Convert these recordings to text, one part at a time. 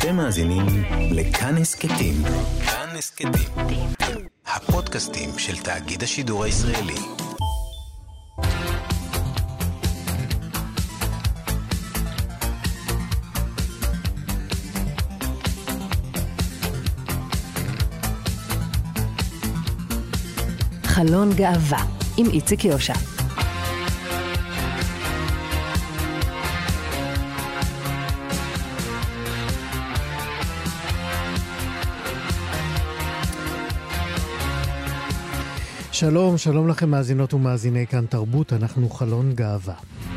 אתם מאזינים לכאן הסקטים. כאן הסקטים. הפודקאסטים של תאגיד השידור הישראלי. חלון גאווה עם איציק יושע. שלום, שלום לכם מאזינות ומאזיני כאן תרבות, אנחנו חלון גאווה.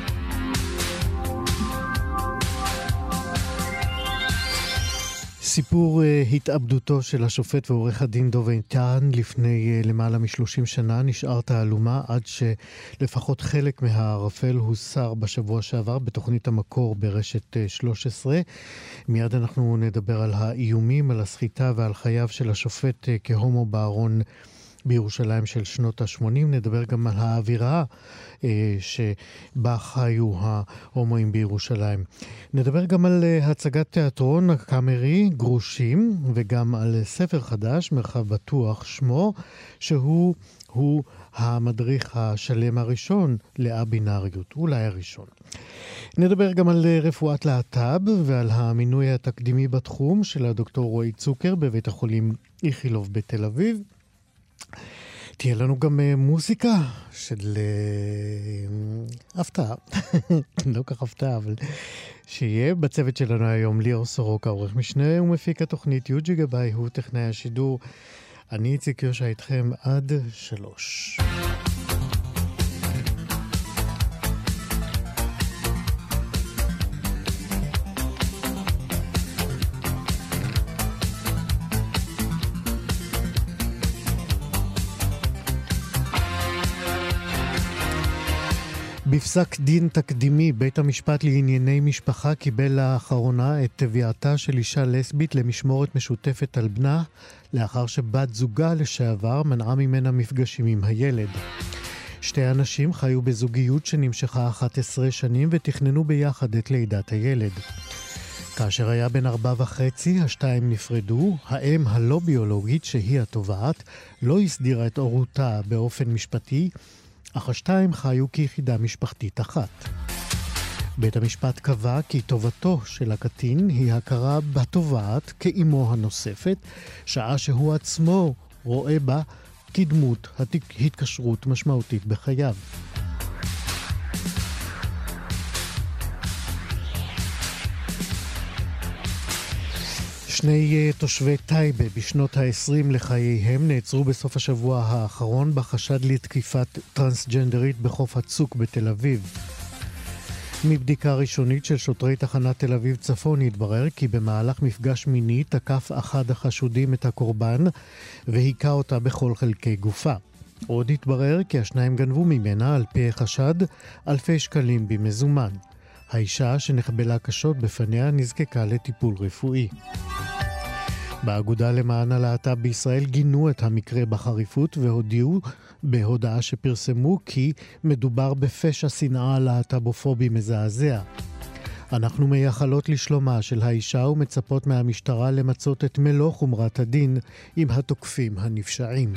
סיפור התאבדותו של השופט ועורך הדין דב איתן לפני למעלה מ-30 שנה נשאר תעלומה עד שלפחות חלק מהערפל הוסר בשבוע שעבר בתוכנית המקור ברשת 13. מיד אנחנו נדבר על האיומים, על הסחיטה ועל חייו של השופט כהומו בארון בירושלים של שנות ה-80. נדבר גם על האווירה שבה חיו ההומואים בירושלים. נדבר גם על הצגת תיאטרון הקאמרי גרושים, וגם על ספר חדש, מרחב בטוח שמו, שהוא המדריך השלם הראשון לאבינריות, אולי הראשון. נדבר גם על רפואת להט"ב ועל המינוי התקדימי בתחום של הדוקטור רועי צוקר בבית החולים איכילוב בתל אביב. תהיה לנו גם מוזיקה של הפתעה, לא כך הפתעה, אבל שיהיה בצוות שלנו היום ליאור סורוקה, עורך משנה ומפיק התוכנית, יוג'י גבאי הוא טכנאי השידור. אני איציק יושע איתכם עד 3. בפסק דין תקדימי, בית המשפט לענייני משפחה קיבל לאחרונה את תביעתה של אישה לסבית למשמורת משותפת על בנה, לאחר שבת זוגה לשעבר מנעה ממנה מפגשים עם הילד. שתי אנשים חיו בזוגיות שנמשכה 11 שנים ותכננו ביחד את לידת הילד. כאשר היה בן 4.5, השתיים נפרדו. האם הלא ביולוגית, שהיא התובעת, לא הסדירה את הורותה באופן משפטי, אך השתיים חיו כיחידה משפחתית אחת. בית המשפט קבע כי טובתו של הקטין היא הכרה בתובעת כאימו הנוספת, שעה שהוא עצמו רואה בה כדמות התקשרות משמעותית בחייו. שני תושבי טייבה בשנות ה-20 לחייהם נעצרו בסוף השבוע האחרון בחשד לתקיפת טרנסג'נדרית בחוף הצוק בתל אביב. מבדיקה ראשונית של שוטרי תחנת תל אביב צפון התברר כי במהלך מפגש מיני תקף אחד החשודים את הקורבן והיכה אותה בכל חלקי גופה. עוד התברר כי השניים גנבו ממנה על פי חשד אלפי שקלים במזומן. האישה שנחבלה קשות בפניה נזקקה לטיפול רפואי. באגודה למען הלהט"ב בישראל גינו את המקרה בחריפות והודיעו בהודעה שפרסמו כי מדובר בפשע שנאה להט"בופובי מזעזע. אנחנו מייחלות לשלומה של האישה ומצפות מהמשטרה למצות את מלוא חומרת הדין עם התוקפים הנפשעים.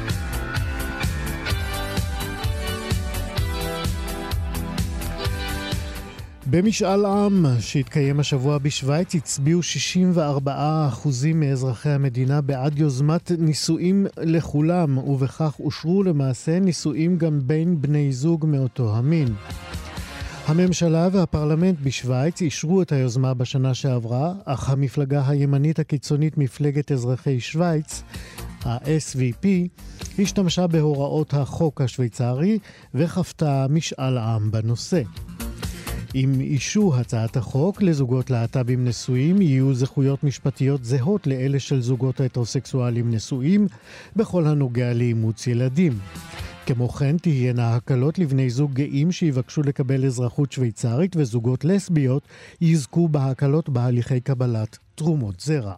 במשאל עם שהתקיים השבוע בשוויץ הצביעו 64% מאזרחי המדינה בעד יוזמת נישואים לכולם, ובכך אושרו למעשה נישואים גם בין בני זוג מאותו המין. הממשלה והפרלמנט בשוויץ אישרו את היוזמה בשנה שעברה, אך המפלגה הימנית הקיצונית מפלגת אזרחי שוויץ, ה-SVP, השתמשה בהוראות החוק השוויצרי וכפתה משאל עם בנושא. עם אישור הצעת החוק לזוגות להט"בים נשואים יהיו זכויות משפטיות זהות לאלה של זוגות ההטרוסקסואלים נשואים בכל הנוגע לאימוץ ילדים. כמו כן תהיינה הקלות לבני זוג גאים שיבקשו לקבל אזרחות שוויצרית, וזוגות לסביות יזכו בהקלות בהליכי קבלת תרומות זרע.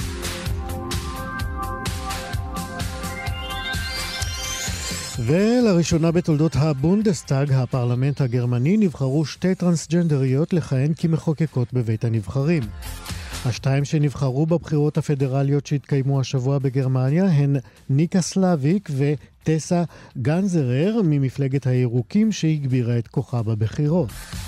ולראשונה בתולדות הבונדסטאג, הפרלמנט הגרמני, נבחרו שתי טרנסג'נדריות לכהן כמחוקקות בבית הנבחרים. השתיים שנבחרו בבחירות הפדרליות שהתקיימו השבוע בגרמניה הן ניקה סלאביק וטסה גנזרר ממפלגת הירוקים שהגבירה את כוחה בבחירות.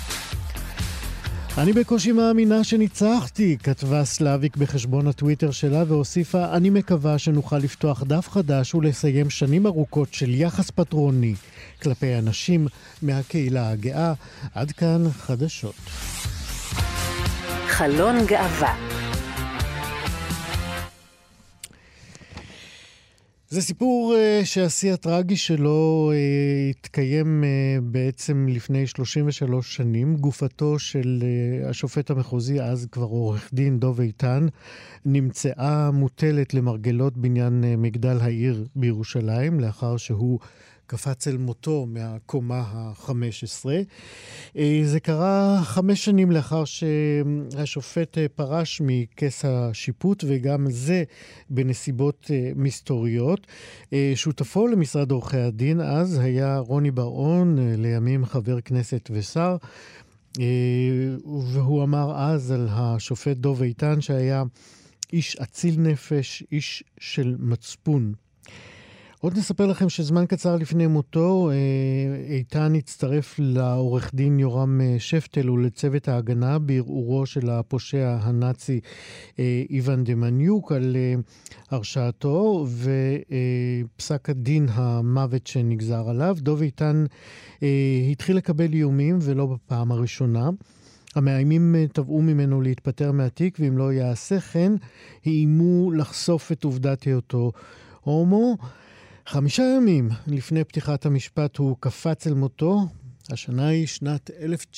אני בקושי מאמינה שניצחתי, כתבה סלאביק בחשבון הטוויטר שלה והוסיפה, אני מקווה שנוכל לפתוח דף חדש ולסיים שנים ארוכות של יחס פטרוני כלפי אנשים מהקהילה הגאה. עד כאן חדשות. חלון גאווה. זה סיפור שהשיא הטרגי שלו התקיים בעצם לפני 33 שנים. גופתו של השופט המחוזי, אז כבר עורך דין דוב איתן, נמצאה מוטלת למרגלות בניין מגדל העיר בירושלים, לאחר שהוא קפץ אל מותו מהקומה ה-15. זה קרה 5 שנים לאחר שהשופט פרש מכס השיפוט, וגם זה בנסיבות מסתוריות. שותפו למשרד עורכי הדין אז היה רוני בר-און, לימים חבר כנסת ושר, והוא אמר אז על השופט דוב איתן שהיה איש אציל נפש, איש של מצפון. עוד נספר לכם שזמן קצר לפני מותו, איתן הצטרף לעורך דין יורם שפטל ולצוות ההגנה בערעורו של הפושע הנאצי איוון דמניוק על הרשעתו ופסק הדין המוות שנגזר עליו. דוב איתן התחיל לקבל איומים ולא בפעם הראשונה. המאיימים תבעו ממנו להתפטר מהתיק, ואם לא יעשה כן, איימו לחשוף את עובדת היותו הומו. 5 ימים לפני פתיחת המשפט הוא קפץ אל מותו. השנה היא שנת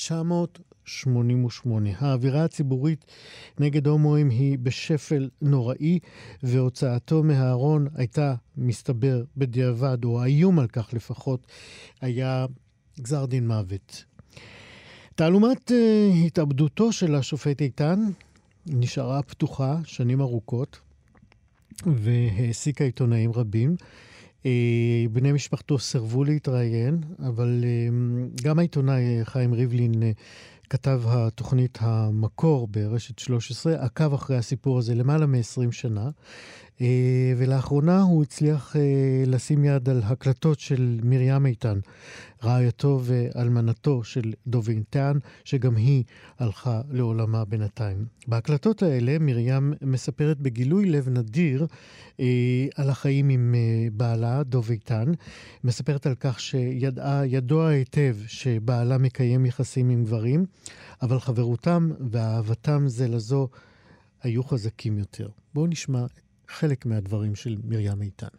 1988. האווירה הציבורית נגד הומואים היא בשפל נוראי, והוצאתו מהארון הייתה, מסתבר בדיעבד, או האיום על כך לפחות, היה גזר דין מוות. תעלומת התאבדותו של השופט איתן נשארה פתוחה שנים ארוכות, והעסיקה עיתונאים רבים. בני משפחתו סרבו להתראיין, אבל גם העיתונאי חיים ריבלין, כתב התוכנית המקור ברשת 13, עקב אחרי הסיפור הזה למעלה מ-20 שנה, ולאחרונה הוא הצליח לשים יד על הקלטות של מרים איתן, רעייתו ואלמנתו של דוב איתן, שגם היא הלכה לעולמה בינתיים. בהקלטות האלה מרים מספרת בגילוי לב נדיר על החיים עם בעלה דוב איתן, מספרת על כך ידוע היטב שבעלה מקיים יחסים עם גברים, אבל חברותם ואהבתם זה לזו היו חזקים יותר. בואו נשמע חלק מהדברים של מרים איתן.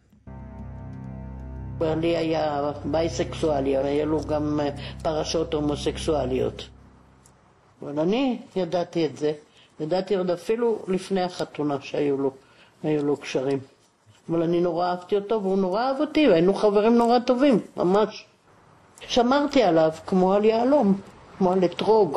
בעלי היה בייסקסואלי, היה לו גם פרשות הומוסקסואליות. אבל אני ידעתי את זה. ידעתי עוד אפילו לפני החתונה שהיו לו קשרים. אבל אני נורא אהבתי אותו והוא נורא אהב אותי, והיינו חברים נורא טובים, ממש. שמרתי עליו כמו על יעלום, כמו על אתרוג.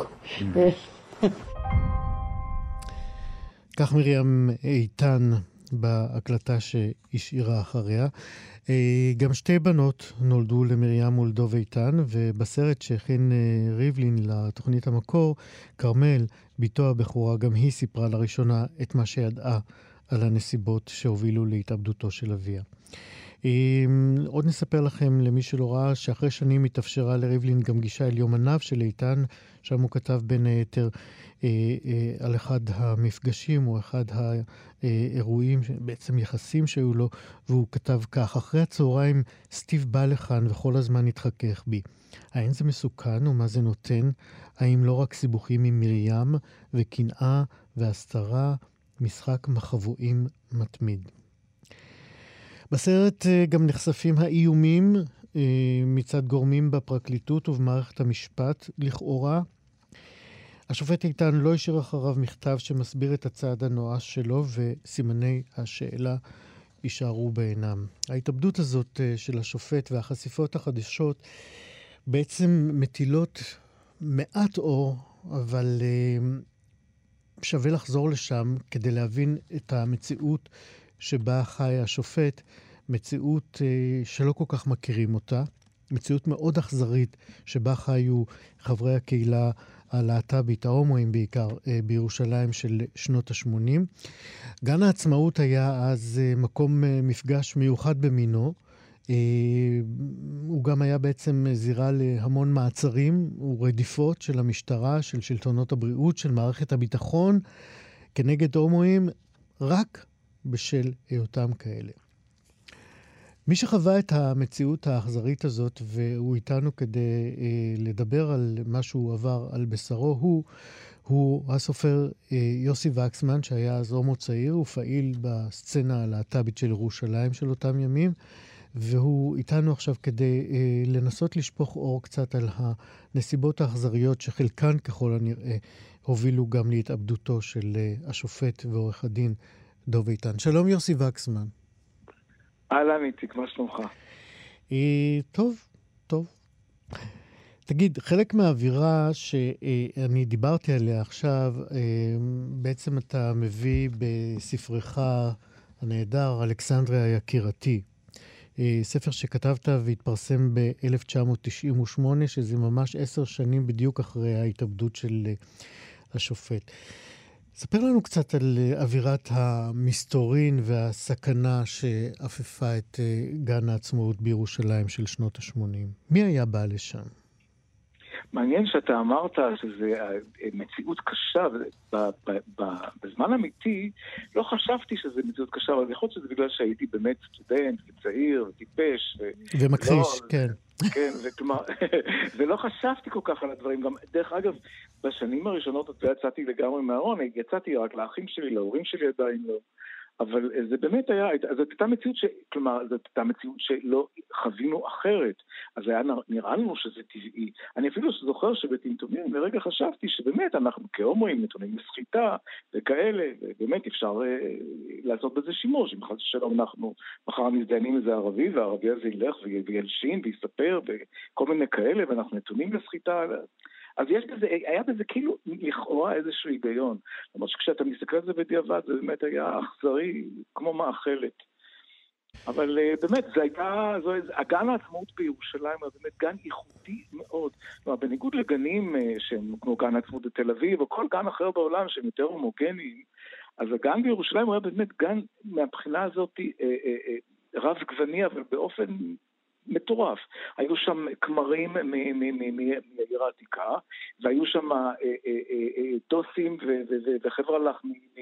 כך מרים איתן בהקלטה שהשאירה אחריה. גם 2 בנות נולדו למרים ולדוב איתן, ובסרט שהכין ריבלין לתוכנית המקור, כרמל, ביתו הבכורה, גם היא סיפרה לראשונה את מה שידעה על הנסיבות שהובילו להתאבדותו של אביה. עוד נספר לכם, למי שלא ראה, שאחרי שנים התאפשרה לריבלין גם גישה אל יומניו של איתן, שם הוא כתב בין היתר על אחד המפגשים או אחד האירועים, בעצם יחסים שהיו לו, והוא כתב כך: אחרי הצהריים סטיב בא לכאן וכל הזמן התחכך בי. האין זה מסוכן ומה זה נותן? האם לא רק סיבוכים עם מרים וקנאה והסתרה, משחק מחבואים מתמיד. בסרט גם נחשפים האיומים מצד גורמים בפרקליטות ובמערכת המשפט. לכאורה השופט איתן לא השאיר אחריו מכתב שמסביר את הצעד הנואש שלו, וסימני השאלה יישארו בעינם. ההתאבדות הזאת של השופט והחשיפות החדשות בעצם מטילות מעט אור, אבל שווה לחזור לשם כדי להבין את המציאות שבה חי השופט, מציאות שלא כל כך מכירים אותה, מציאות מאוד אכזרית שבה חיו חברי הקהילה הלהט"בית, ההומואים בעיקר, בירושלים של שנות ה-80. גן העצמאות היה אז מקום מפגש מיוחד במינו. הוא גם היה בעצם זירה להמון מעצרים ורדיפות של המשטרה, של שלטונות הבריאות, של מערכת הביטחון, כנגד הומואים, רק בשל היותם כאלה. מי שחווה את המציאות האכזרית הזאת, והוא איתנו כדי לדבר על מה שהוא עבר על בשרו, הוא הסופר יוסי וקסמן, שהיה אז הומו צעיר, הוא פעיל בסצנה הלהט"בית של ירושלים של אותם ימים, והוא איתנו עכשיו כדי לנסות לשפוך אור קצת על הנסיבות האכזריות שחלקן ככל הנראה הובילו גם להתאבדותו של השופט ועורך הדין דוב איתן. שלום יוסי וקסמן. אהלן איציק, מה שלומך? טוב. תגיד, חלק מהאווירה שאני דיברתי עליה עכשיו, בעצם אתה מביא בספרך הנהדר, אלכסנדריה יקירתי. ספר שכתבת והתפרסם ב-1998, שזה ממש 10 שנים בדיוק אחרי ההתאבדות של השופט. ספר לנו קצת על אווירת המסתורין והסכנה שאפפה את גן העצמאות בירושלים של שנות ה-80. מי היה בא לשם? מעניין שאתה אמרת שזה מציאות קשה, בזמן אמיתי לא חשבתי שזה מציאות קשה, אבל יכול להיות שזה בגלל שהייתי באמת סטודנט וצעיר וטיפש. ומכחיש, כן. כן, ולא חשבתי כל כך על הדברים. גם, דרך אגב, בשנים הראשונות יצאתי לגמרי מהארון, יצאתי רק לאחים שלי, להורים שלי עדיין לא. אבל זה באמת היה, זאת הייתה מציאות כלומר, זאת הייתה מציאות שלא חווינו אחרת. אז היה נראה לנו שזה טבעי. אני אפילו זוכר שבטמטומים לרגע חשבתי שבאמת אנחנו כהומואים נתונים לסחיטה וכאלה, ובאמת אפשר לעשות בזה שימוש. אם חס ושלום אנחנו מחר נזדיינים איזה ערבי, והערבי הזה ילך וילשין ויספר וכל מיני כאלה, ואנחנו נתונים לסחיטה. אז היה בזה כאילו לכאורה איזשהו היגיון. למרות שכשאתה מסתכל על זה בדיעבד, זה באמת היה אכזרי, כמו מאכלת. אבל באמת, הגן העצמאות בירושלים היה באמת גן ייחודי מאוד. כלומר, בניגוד לגנים שהם כמו גן העצמאות בתל אביב, או כל גן אחר בעולם שהם יותר הומוגניים, אז הגן בירושלים היה באמת גן מהבחינה הזאת רב גווני, אבל באופן מטורף. היו שם כמרים מהעיר העתיקה, והיו שם דוסים וחבר'ה לך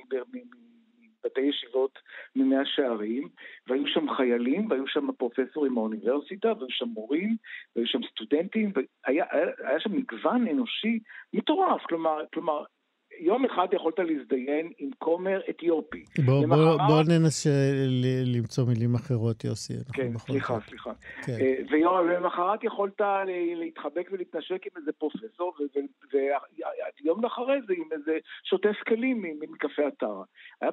מבתי ישיבות ממאה שערים, והיו שם חיילים, והיו שם פרופסורים מהאוניברסיטה, והיו שם מורים, והיו שם סטודנטים, היה שם מגוון אנושי מטורף. כלומר, יום אחד יכולת להזדיין עם כומר אתיופי. בוא ננסה למצוא מילים אחרות, יוסי. כן, סליחה. ויום למחרת יכולת להתחבק ולהתנשק עם איזה פרופסור, ויום לאחרי זה עם איזה שוטף כלים מקפה אתר.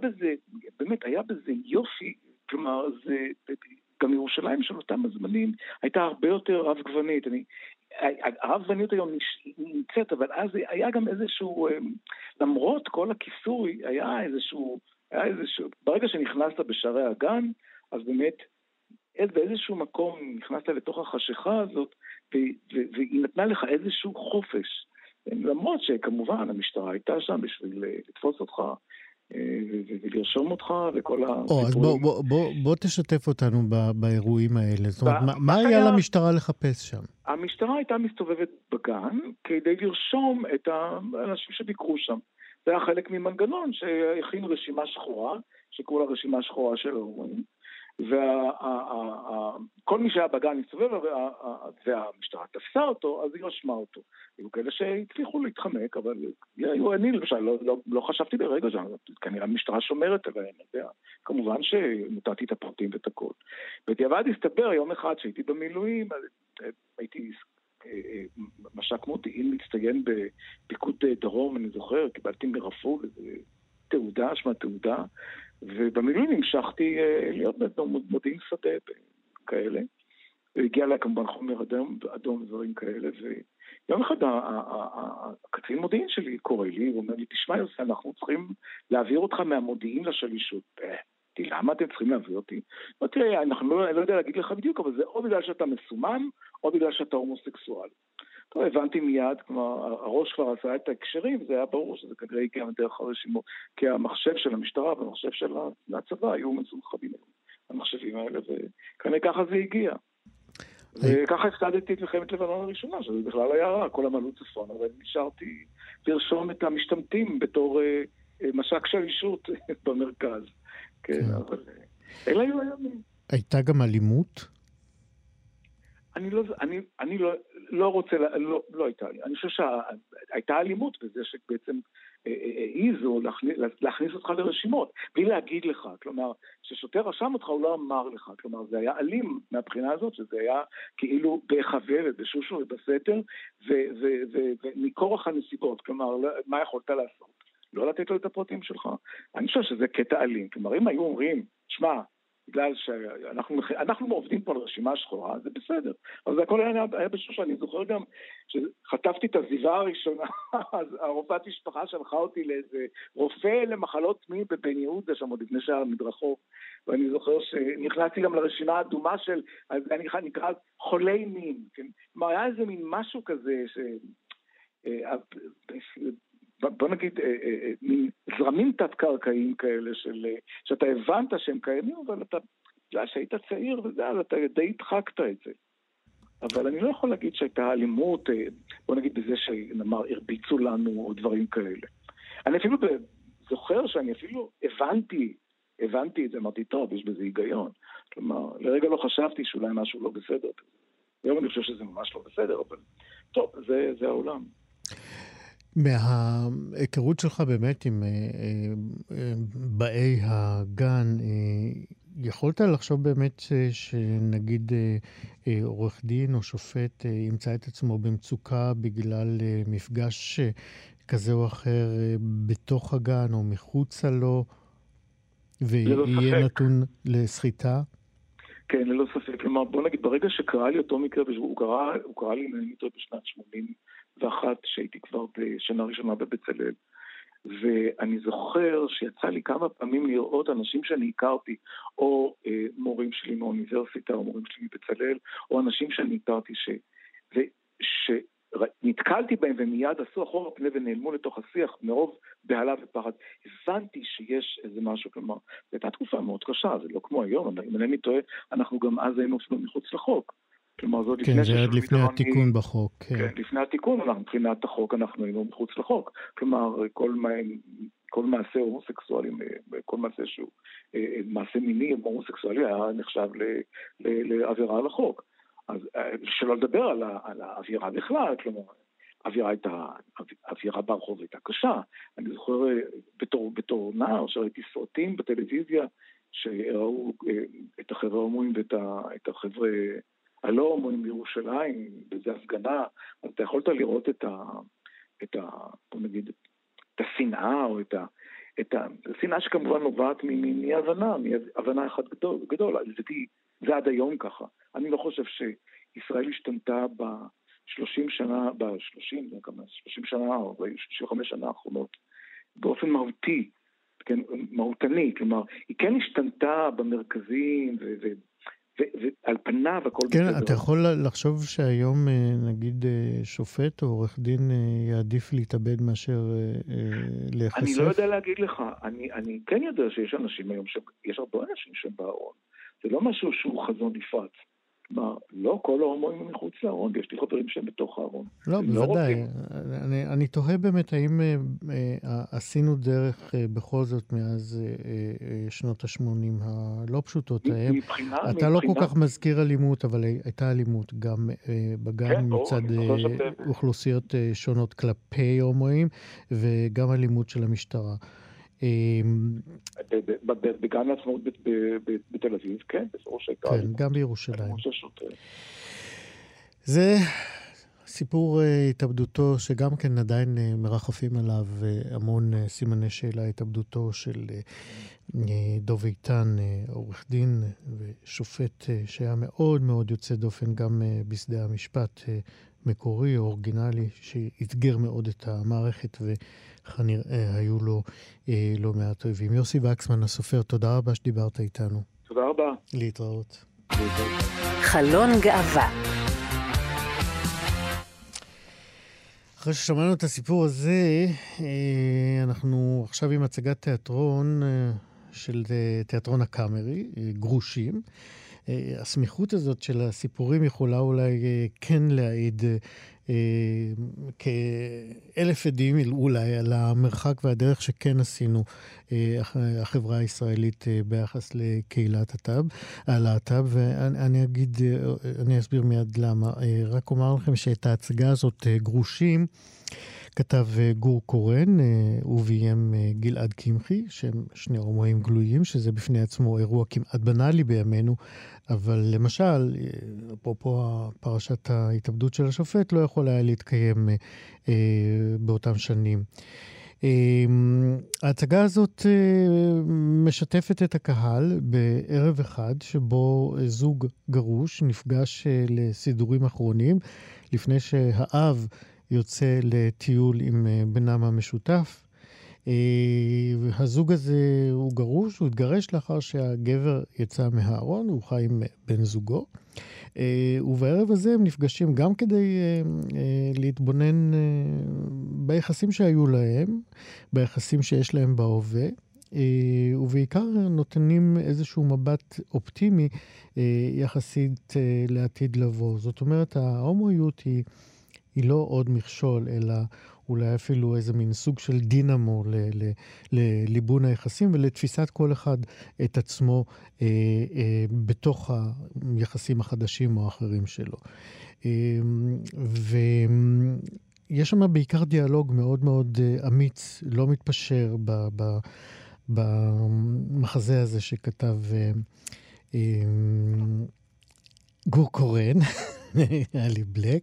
היה בזה יופי, כלומר, גם ירושלים של אותם הזמנים הייתה הרבה יותר רב גוונית. הרב גווניות היום נמצאת, אבל אז היה גם איזשהו, למרות כל הכיסוי, היה איזשהו, ברגע שנכנסת בשערי הגן, אז באמת, באיזשהו מקום נכנסת לתוך החשיכה הזאת, והיא נתנה לך איזשהו חופש. למרות שכמובן המשטרה הייתה שם בשביל לתפוס אותך, ולרשום אותך וכל הסיפורים. אז בוא תשתף אותנו באירועים האלה. זאת אומרת, מה היה למשטרה לחפש שם? המשטרה הייתה מסתובבת בגן כדי לרשום את האנשים שביקרו שם. זה היה חלק ממנגנון שהכין רשימה שחורה, שקראו לה רשימה שחורה של ההורים, וכל מי שהיה בגן מסתובב, והמשטרה תפסה אותו, אז היא רשמה אותו. היו כאלה שהצליחו להתחמק, אבל אני למשל לא חשבתי ברגע כנראה המשטרה שומרת עליהם, כמובן שנתתי את הפרטים ואת הכל. בדיעבד הסתבר יום אחד שהייתי במילואים, הייתי מש"ק מודיעין מצטיין בפיקוד דרום, אני זוכר, קיבלתי מרפול תעודה, שמה תעודה, ובמילואים המשכתי להיות מודיעין שדה כאלה, והגיע לה כמובן חומר אדום ודברים כאלה, ויום אחד הקצין מודיעין שלי קורא לי, ואומר לי, תשמע יוסי, אנחנו צריכים להעביר אותך מהמודיעין לשלישות. למה אתם צריכים להביא אותי? תראה, אני לא יודע להגיד לך בדיוק, אבל זה או בגלל שאתה מסומן, או בגלל שאתה הומוסקסואל. טוב, הבנתי מיד, כלומר, הראש כבר עשה את ההקשרים, זה היה ברור שזה כנראה הגיע מדרך הרשימות, כי המחשב של המשטרה והמחשב של הצבא היו מסונכבים המחשבים האלה, וכנראה ככה זה הגיע. וככה הפסדתי את מלחמת לבנון הראשונה, שזה בכלל היה רע, כל עמלו צפון, אבל נשארתי לרשום את המשתמטים בתור משק של אישות במרכז. כן, אבל אלה היו הימים. הייתה גם אלימות? אני לא רוצה, לא הייתה לי. אני חושב שהייתה אלימות בזה שבעצם העיזו להכניס אותך לרשימות, בלי להגיד לך, כלומר, ששוטר רשם אותך הוא לא אמר לך, כלומר, זה היה אלים מהבחינה הזאת, שזה היה כאילו בחברת, בשושו ובסתר, ומכורח הנסיבות, כלומר, מה יכולת לעשות? לא לתת לו את הפרטים שלך. אני חושב שזה קטע אלים, כלומר, אם היו אומרים, שמע, בגלל שאנחנו עובדים פה על רשימה שחורה, זה בסדר. אבל זה הכל היה בשושו, אני זוכר גם שחטפתי את הזיבה הראשונה, אז הרופאת משפחה שלחה אותי לאיזה רופא למחלות מין בבן יהודה, שם עוד לפני שער המדרחוב, ואני זוכר שנכנסתי גם לרשימה האדומה של, זה נקרא חולי מין, כלומר היה איזה מין משהו כזה, בוא נגיד, מין זרמים תת-קרקעיים כאלה, שאתה הבנת שהם קיימים, אבל אתה, שהיית צעיר וזה, אז אתה די הדחקת את זה. אבל אני לא יכול להגיד שהייתה אלימות, בוא נגיד בזה שנאמר, הרביצו לנו או דברים כאלה. אני אפילו זוכר שאני אפילו הבנתי את זה, אמרתי, טוב, יש בזה היגיון. כלומר, לרגע לא חשבתי שאולי משהו לא בסדר. היום אני חושב שזה ממש לא בסדר, אבל טוב, זה העולם. מההיכרות שלך באמת עם באי הגן, יכולת לחשוב באמת שנגיד עורך דין או שופט ימצא את עצמו במצוקה בגלל מפגש כזה או אחר בתוך הגן או מחוצה לו, ויהיה נתון לסחיטה? כן, ללא ספק. כלומר, בוא נגיד, ברגע שקרה לי אותו מקרה, הוא קרה לי בשנת 81, שהייתי כבר בשנה ראשונה בבצלאל. ואני זוכר שיצא לי כמה פעמים לראות אנשים שאני הכרתי, או מורים שלי מהאוניברסיטה, או מורים שלי מבצלאל, או אנשים שאני הכרתי שנתקלתי בהם ומיד עשו אחורה פנה ונעלמו לתוך השיח מרוב בהלה ופחד. הבנתי שיש איזה משהו, כלומר, זו הייתה תקופה מאוד קשה, זה לא כמו היום, אם אני טועה, אנחנו גם אז היינו אפילו מחוץ לחוק. כלומר, זאת כן, זה עד לפני התיקון בחוק. כן, לפני התיקון, מבחינת החוק אנחנו היינו מחוץ לחוק. כלומר, כל מעשה הומוסקסואלי, כל מעשה שהוא מעשה מיני הומוסקסואלי היה נחשב לעבירה על החוק. אז שלא לדבר על האווירה בכלל, כלומר, האווירה ברחוב הייתה קשה. אני זוכר בתור נער שראיתי סרטים בטלוויזיה שראו את החבר'ה ההומואים ואת החבר'ה הלא הומואים בירושלים, בזה הפגנה, אז אתה יכולת לראות בוא נגיד, את השנאה או את השנאה שכמובן נובעת מהבנה אחת גדולה. זה עד היום ככה. אני לא חושב שישראל השתנתה ב-30 שנה, ב-30 שנה או ב-65 שנה האחרונות, באופן מהותי, כן, מהותני, כלומר, היא כן השתנתה במרכזים ועל פניו הכל כן, בסדר. אתה יכול לחשוב שהיום, נגיד, שופט או עורך דין יעדיף להתאבד מאשר להיחשף? אני לא יודע להגיד לך. אני כן יודע שיש אנשים היום, יש הרבה אנשים שהם בארון. זה לא משהו שהוא חזון נפרץ. כלומר, לא כל ההומואים הם מחוץ לארון, יש לי חברים שהם בתוך הארון. לא, בוודאי. אני תוהה באמת האם עשינו דרך בכל זאת מאז שנות ה-80 הלא פשוטות ההם. אתה לא כל כך מזכיר אלימות, אבל הייתה אלימות גם בגן מצד אוכלוסיות שונות כלפי הומואים, וגם אלימות של המשטרה. בגן העצמאות בתל אביב, כן, בסופו של דבר. כן, גם בירושלים. זה סיפור התאבדותו, שגם כן עדיין מרחפים עליו המון סימני שאלה, התאבדותו של דוב איתן, עורך דין ושופט שהיה מאוד מאוד יוצא דופן גם בשדה המשפט מקורי או אורגינלי, שהתגר מאוד את המערכת וכנראה היו לו לא מעט אויבים. יוסי וקסמן, הסופר, תודה רבה שדיברת איתנו. תודה רבה. להתראות. חלון גאווה. אחרי ששמענו את הסיפור הזה, אנחנו עכשיו עם הצגת תיאטרון של תיאטרון הקאמרי, גרושים. הסמיכות הזאת של הסיפורים יכולה אולי כן להעיד כאלף עדים אולי על המרחק והדרך שכן עשינו החברה הישראלית ביחס לקהילת הלהט"ב, ואני אסביר מיד למה. רק אומר לכם שאת ההצגה הזאת, גרושים, כתב גור קורן, וביים גלעד קמחי, שהם שני הומואים גלויים, שזה בפני עצמו אירוע כמעט בנאלי בימינו, אבל למשל, אפרופו פרשת ההתאבדות של השופט, לא יכול היה להתקיים באותם שנים. ההצגה הזאת משתפת את הקהל בערב אחד, שבו זוג גרוש נפגש לסידורים אחרונים, לפני שהאב יוצא לטיול עם בנם המשותף. הזוג הזה הוא גרוש, הוא התגרש לאחר שהגבר יצא מהארון, הוא חי עם בן זוגו. ובערב הזה הם נפגשים גם כדי להתבונן ביחסים שהיו להם, ביחסים שיש להם בהווה, ובעיקר נותנים איזשהו מבט אופטימי יחסית לעתיד לבוא. זאת אומרת, ההומואיות היא לא עוד מכשול, אלא אולי אפילו איזה מין סוג של דינמו לליבון היחסים ולתפיסת כל אחד את עצמו בתוך היחסים החדשים או האחרים שלו. ויש שם בעיקר דיאלוג מאוד מאוד אמיץ, לא מתפשר במחזה הזה שכתב גור קורן, אלי בלק,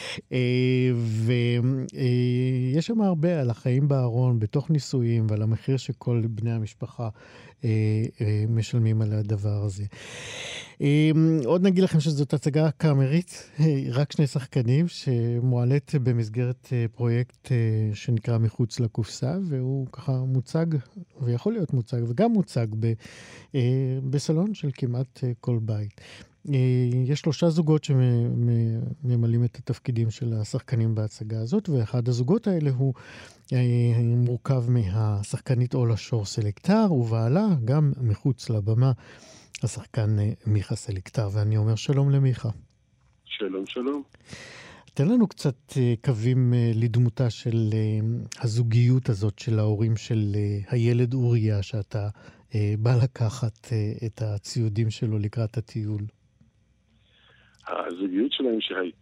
ויש שם הרבה על החיים בארון, בתוך נישואים, ועל המחיר שכל בני המשפחה משלמים על הדבר הזה. עוד נגיד לכם שזאת הצגה קאמרית, רק שני שחקנים, שמועלת במסגרת פרויקט שנקרא מחוץ לקופסה, והוא ככה מוצג, ויכול להיות מוצג, וגם מוצג בסלון של כמעט כל בית. יש 3 זוגות שממלאים את התפקידים של השחקנים בהצגה הזאת, ואחד הזוגות האלה הוא מורכב מהשחקנית אולה שור סלקטר, ובעלה גם מחוץ לבמה השחקן מיכה סלקטר, ואני אומר שלום למיכה. שלום, שלום. תן לנו קצת קווים לדמותה של הזוגיות הזאת של ההורים של הילד אוריה, שאתה בא לקחת את הציודים שלו לקראת הטיול. הזוגיות שלהם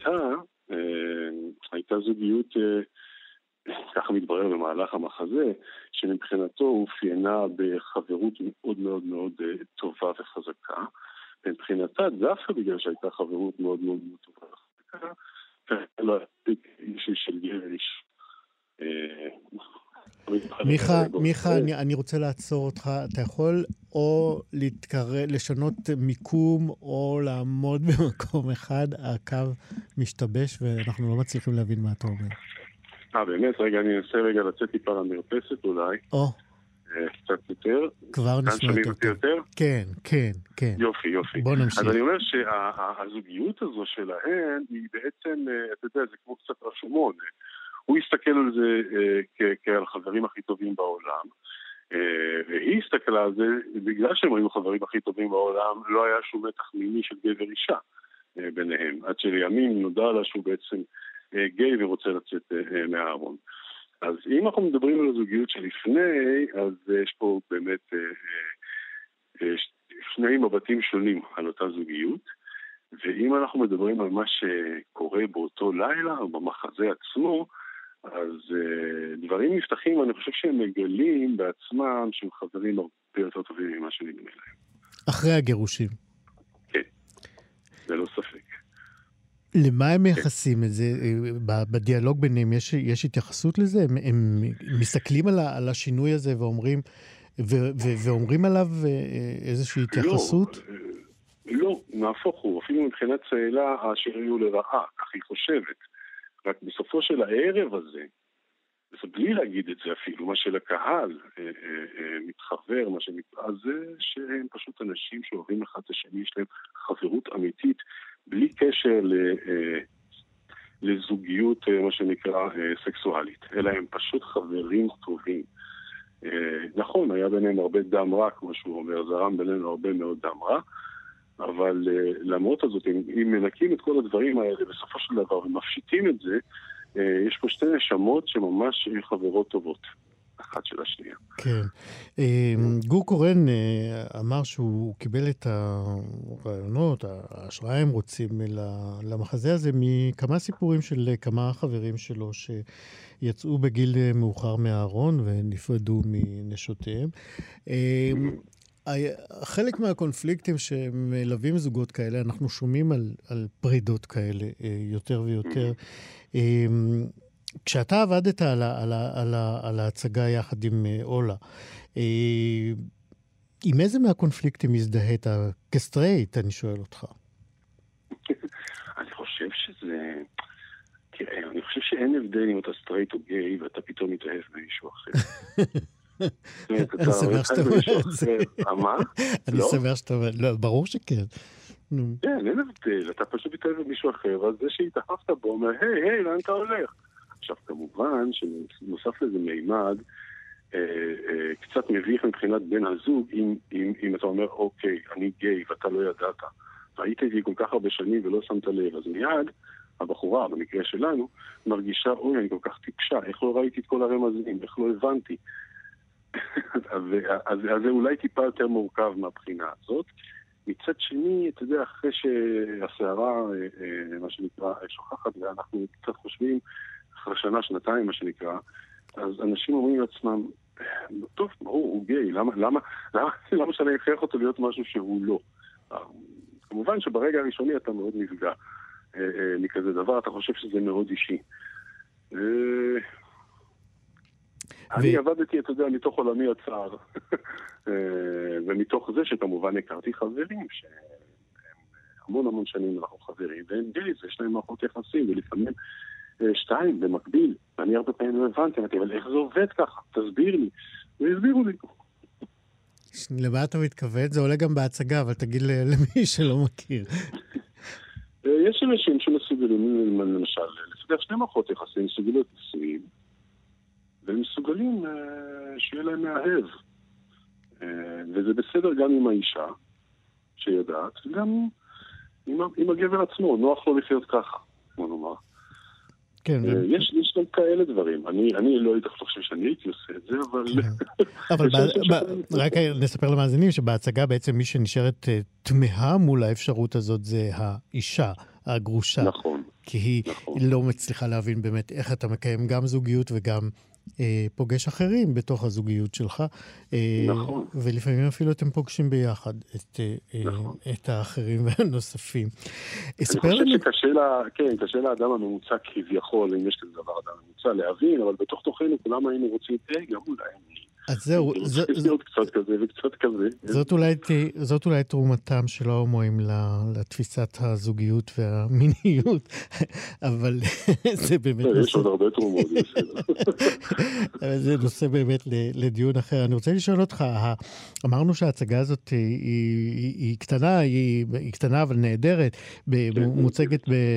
הייתה זוגיות, ככה מתברר במהלך המחזה, שמבחינתו הופיינה בחברות מאוד מאוד מאוד טובה וחזקה. מבחינתה דווקא בגלל שהייתה חברות מאוד מאוד טובה וחזקה, לא הייתי אישי של גרש. מיכה, אני רוצה לעצור אותך. אתה יכול או לשנות מיקום או לעמוד במקום אחד, הקו משתבש ואנחנו לא מצליחים להבין מה אתה אומר. באמת? רגע, אני אנסה לצאת טיפה למרפסת אולי. קצת יותר. כבר נשמע יותר? כן. יופי. בוא נמשיך. אז אני אומר שהזוגיות הזו שלהן היא בעצם, אתה יודע, זה כמו קצת רשומון. הוא הסתכל על זה כעל חברים הכי טובים בעולם, והיא הסתכלה על זה, בגלל שהם היו חברים הכי טובים בעולם, לא היה שום מתח מיני של גבר אישה ביניהם, עד שלימים נודע לה שהוא בעצם גיי ורוצה לצאת מהארון. אז אם אנחנו מדברים על הזוגיות שלפני, אז יש פה באמת שני מבטים שונים על אותה זוגיות, ואם אנחנו מדברים על מה שקורה באותו לילה או במחזה עצמו, אז דברים נפתחים, ואני חושב שהם מגלים בעצמם שהם חברים הרבה יותר טובים ממה שנדמה להם. אחרי הגירושים. כן, זה לא ספק. למה הם מייחסים את זה? בדיאלוג ביניהם יש התייחסות לזה? הם מסתכלים על השינוי הזה ואומרים עליו איזושהי התייחסות? לא, נהפוך הוא. אפילו מבחינת צאלה השינוי הוא לרעה, כך היא חושבת. רק בסופו של הערב הזה, בלי להגיד את זה אפילו, מה שלקהל מתחבר, אז זה שהם פשוט אנשים שאוהבים אחד את השני, יש להם חברות אמיתית, בלי קשר לזוגיות, מה שנקרא, סקסואלית, אלא הם פשוט חברים טובים. נכון, היה ביניהם הרבה דם רע, כמו שהוא אומר, זרם בינינו הרבה מאוד דם רע, אבל למרות הזאת, אם מנקים את כל הדברים האלה בסופו של דבר ומפשיטים את זה, יש פה שתי נשמות שממש חברות טובות, אחת של השנייה. כן. גור קורן אמר שהוא קיבל את הרעיונות, ההשראה הם רוצים למחזה הזה, מכמה סיפורים של כמה חברים שלו שיצאו בגיל מאוחר מהארון ונפרדו מנשותיהם. חלק מהקונפליקטים שמלווים זוגות כאלה, אנחנו שומעים על פרידות כאלה יותר ויותר. כשאתה עבדת על ההצגה יחד עם אולה, עם איזה מהקונפליקטים הזדהית? כסטרייט, אני שואל אותך. אני חושב שזה... תראה, אני חושב שאין הבדל אם אתה סטרייט או גיי, ואתה פתאום מתאהב במישהו אחר. אני שמח שאתה אומר את זה. מה? אני שמח שאתה אומר, לא, ברור שכן. כן, אין הבדל, אתה פשוט מתאהב במישהו אחר, אז זה שהתאהבת בו אומר, היי, לאן אתה הולך? עכשיו, כמובן שנוסף לזה מימד קצת מביך מבחינת בן הזוג, אם אתה אומר, אוקיי, אני גיי ואתה לא ידעת, והיית איתי כל כך הרבה שנים ולא שמת לב, אז מיד הבחורה, במקרה שלנו, מרגישה, אוי, אני כל כך טיפשה, איך לא ראיתי את כל הרמזים, איך לא הבנתי. אז זה אולי טיפה יותר מורכב מהבחינה הזאת. מצד שני, אתה יודע, אחרי שהסערה, מה שנקרא, שוכחת, ואנחנו קצת חושבים, אחרי שנה, שנתיים, מה שנקרא, אז אנשים אומרים לעצמם, טוב, הוא גיי, למה שאני אכריח אותו להיות משהו שהוא לא? כמובן שברגע הראשוני אתה מאוד נפגע מכזה דבר, אתה חושב שזה מאוד אישי. אני עבדתי, אתה יודע, מתוך עולמי הצער, ומתוך זה שכמובן הכרתי חברים, שהם המון שנים אנחנו חברים, והם גייז, יש להם מערכות יחסים, ולפעמים שתיים במקביל, ואני הרבה פעמים לא הבנתי, אבל איך זה עובד ככה? תסביר לי. והסבירו לי. למה אתה מתכוון? זה עולה גם בהצגה, אבל תגיד למי שלא מכיר. יש אנשים שמסוגלים, למשל, לפתח שני מערכות יחסים, מסוגלות נישואים, והם מסוגלים שיהיה להם מאהב. וזה בסדר גם עם האישה, שיודעת, וגם עם הגבר עצמו, נוח לו לחיות ככה, כמו נאמר. כן. יש גם כאלה דברים. אני לא הייתי חושב שאני הייתי עושה את זה, אבל... אבל רק נספר למאזינים שבהצגה בעצם מי שנשארת תמהה מול האפשרות הזאת זה האישה, הגרושה. נכון. כי היא לא מצליחה להבין באמת איך אתה מקיים גם זוגיות וגם פוגש אחרים בתוך הזוגיות שלך. נכון. ולפעמים אפילו אתם פוגשים ביחד את האחרים והנוספים. אני חושב שקשה לאדם הממוצע כביכול, אם יש כזה דבר אדם ממוצע, להבין, אבל בתוך תוכנו כולם היינו רוצים, גם אולי אז זהו, קצת כזה וקצת כזה. זאת אולי תרומתם של ההומואים לתפיסת הזוגיות והמיניות, אבל זה באמת... יש עוד הרבה תרומות, זה נושא באמת לדיון אחר. אני רוצה לשאול אותך, אמרנו שההצגה הזאת היא קטנה אבל נהדרת, מוצגת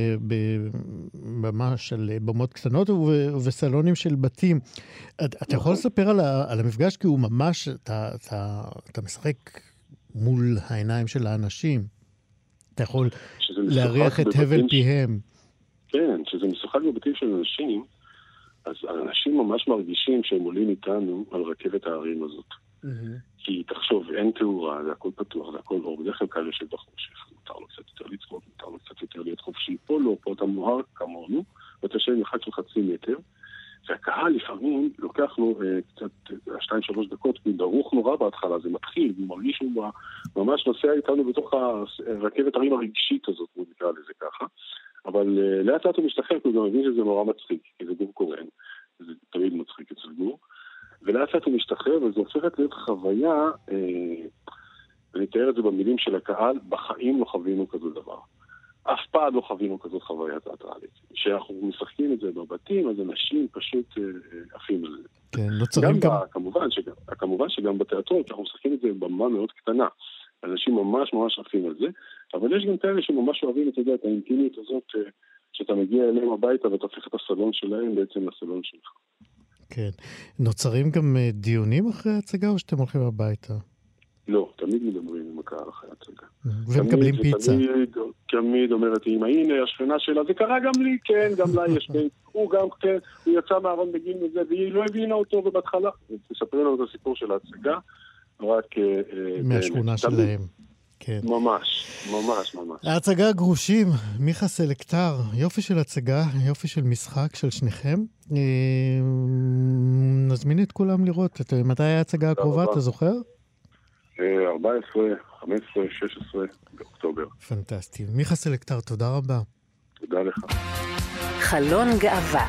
במה של במות קטנות ובסלונים של בתים. אתה יכול לספר על המפגש, כי הוא ממש, אתה משחק מול העיניים של האנשים. אתה יכול להריח את הבל פיהם. כן, שזה משחק בבתים של אנשים, אז האנשים ממש מרגישים שהם עולים איתנו על רכבת הערים הזאת. כי תחשוב, אין תאורה, זה הכל פתוח, זה הכל אור, בדרך כלל קל יושב בחושך, מותר לו קצת יותר לצחוק, מותר לו קצת יותר להיות חופשי. פה לא, פה אתה מוהר כמונו, ואתה יושב מרחק של חצי מטר, והקהל לפעמים לוקח לו קצת 2-3 דקות, הוא דרוך נורא בהתחלה, זה מתחיל, הוא מרגיש שהוא ממש נוסע איתנו בתוך הרכבת הערים הרגשית הזאת, הוא נקרא לזה ככה, אבל לאט לאט הוא משתחרר, כי הוא גם מבין שזה נורא מצחיק, כי זה גור קורן, זה תמיד מצחיק אצל גור, ולאט לאט הוא משתחרר, וזה הופכת להיות חוויה, אני אתאר את זה במילים של הקהל, בחיים לא חווינו כזה דבר. אף פעם לא חווינו כזאת חוויה תיאטרלית. כשאנחנו משחקים את זה בבתים, אז אנשים פשוט עפים על זה. כן, נוצרים גם... כמובן שגם בתיאטרון, אנחנו משחקים את זה במה מאוד קטנה. אנשים ממש עפים על זה, אבל יש גם כאלה שממש אוהבים את האינטימיות הזאת שאתה מגיע אליהם הביתה ואתה הופך את הסלון שלהם בעצם לסלון שלך. כן. נוצרים גם דיונים אחרי ההצגה או שאתם הולכים הביתה? לא, תמיד מדברים עם הקהל אחרי ההצגה. ומקבלים פיצה. תמיד אומרת אמא, הנה השכנה שלה, זה קרה גם לי, כן, גם לה יש בית, הוא גם כן, הוא יצא מהארון בגיל מזה, והיא לא הבינה אותו ובהתחלה. תספרי לנו את הסיפור של ההצגה, רק... מהשכונה שלהם. כן. ממש. ההצגה גרושים, מיכה סלקטר, יופי של הצגה, יופי של משחק של שניכם. נזמין את כולם לראות. מתי ההצגה הקרובה, אתה זוכר? 14, 15, 16 באוקטובר. פנטסטי. מיכה סלקטר, תודה רבה. תודה לך. חלון גאווה.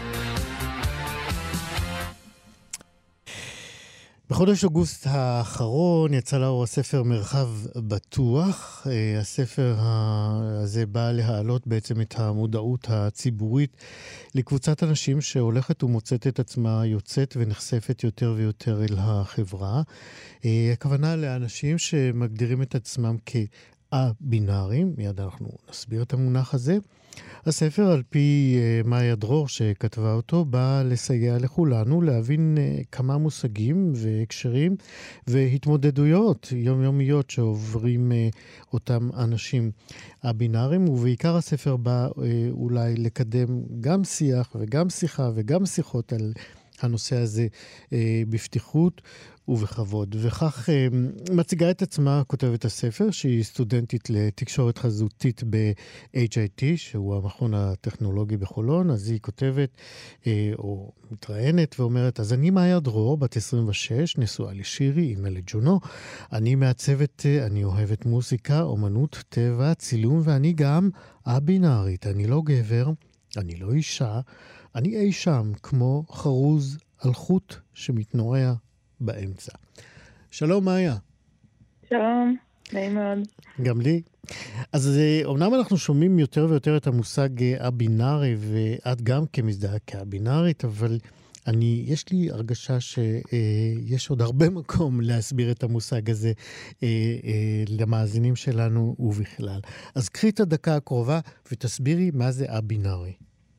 בחודש אוגוסט האחרון יצא לאור הספר מרחב בטוח. הספר הזה בא להעלות בעצם את המודעות הציבורית לקבוצת אנשים שהולכת ומוצאת את עצמה יוצאת ונחשפת יותר ויותר אל החברה. הכוונה לאנשים שמגדירים את עצמם כ-א-בינאריים, מיד אנחנו נסביר את המונח הזה. הספר, על פי מאיה דרור שכתבה אותו, בא לסייע לכולנו להבין כמה מושגים והקשרים והתמודדויות יומיומיות שעוברים אותם אנשים הבינאריים, ובעיקר הספר בא אולי לקדם גם שיח וגם שיחה וגם שיחות על הנושא הזה בפתיחות ובכבוד. וכך מציגה את עצמה כותבת הספר, שהיא סטודנטית לתקשורת חזותית ב-HIT, שהוא המכון הטכנולוגי בחולון. אז היא כותבת או מתראיינת ואומרת, אז אני מאיה דרור, בת 26, נשואה לשירי, אמא לג'ונו. אני מעצבת, אני אוהבת מוזיקה, אומנות, טבע, צילום, ואני גם א-בינארית. אני לא גבר, אני לא אישה, אני אי שם כמו חרוז על חוט שמתנועע באמצע. שלום מאיה. שלום, נעים מאוד. גם לי. אז אומנם אנחנו שומעים יותר ויותר את המושג א-בינארי, ואת גם כמזדהה כ-בינארית, אבל יש לי הרגשה שיש עוד הרבה מקום להסביר את המושג הזה למאזינים שלנו ובכלל. אז קחי את הדקה הקרובה ותסבירי מה זה א-בינארי.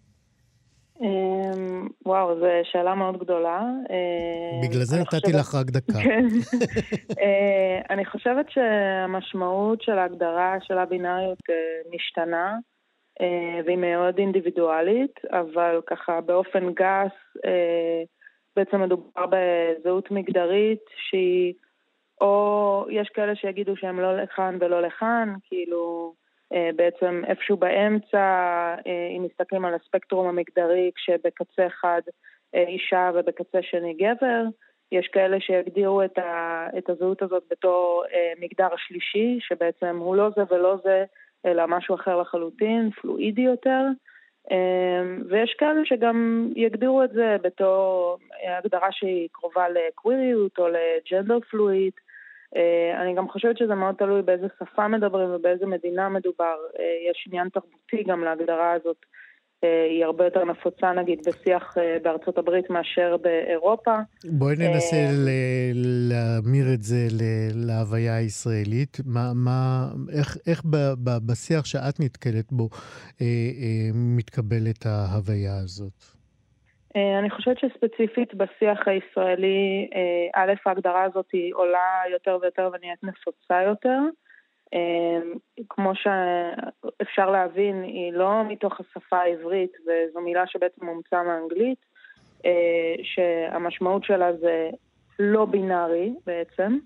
וואו, זו שאלה מאוד גדולה. בגלל זה נתתי לך רק דקה. אני חושבת שהמשמעות של ההגדרה של הבינאריות משתנה, והיא מאוד אינדיבידואלית, אבל ככה באופן גס, בעצם מדובר בזהות מגדרית שהיא, או יש כאלה שיגידו שהם לא לכאן ולא לכאן, כאילו בעצם איפשהו באמצע, אם מסתכלים על הספקטרום המגדרי, כשבקצה אחד אישה ובקצה שני גבר, יש כאלה שיגדירו את הזהות הזאת בתור מגדר השלישי, שבעצם הוא לא זה ולא זה, אלא משהו אחר לחלוטין, פלואידי יותר, ויש כאלה שגם יגדירו את זה בתור הגדרה שהיא קרובה לקוויריות או לג'נדר פלואיד. אני גם חושבת שזה מאוד תלוי באיזה שפה מדברים ובאיזה מדינה מדובר. יש עניין תרבותי גם להגדרה הזאת, היא הרבה יותר נפוצה נגיד בשיח בארצות הברית מאשר באירופה. בואי ננסה להמיר את זה להוויה הישראלית. איך בשיח שאת נתקלת בו מתקבלת ההוויה הזאת? אני חושבת שספציפית בשיח הישראלי, א', ההגדרה הזאת היא עולה יותר ויותר ונהיית נפוצה יותר. כמו שאפשר להבין, היא לא מתוך השפה העברית, וזו מילה שבעצם מומצאה מאנגלית, שהמשמעות שלה זה לא בינארי בעצם.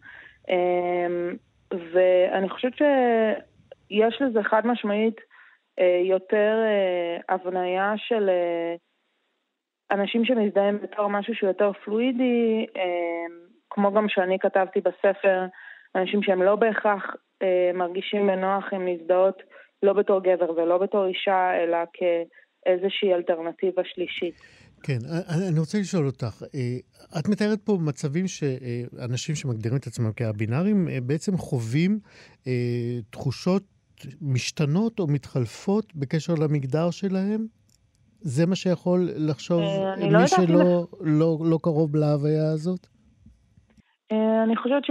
ואני חושבת שיש לזה חד משמעית יותר הבניה של אנשים שמזדהים בתור משהו שהוא יותר פלואידי, כמו גם שאני כתבתי בספר, אנשים שהם לא בהכרח מרגישים בנוח עם להזדהות לא בתור גבר ולא בתור אישה, אלא כאיזושהי אלטרנטיבה שלישית. כן, אני רוצה לשאול אותך, את מתארת פה מצבים שאנשים שמגדירים את עצמם כבינאריים בעצם חווים תחושות משתנות או מתחלפות בקשר למגדר שלהם? זה מה שיכול לחשוב מי שלא לא קרוב להוויה הזאת? אני חושבת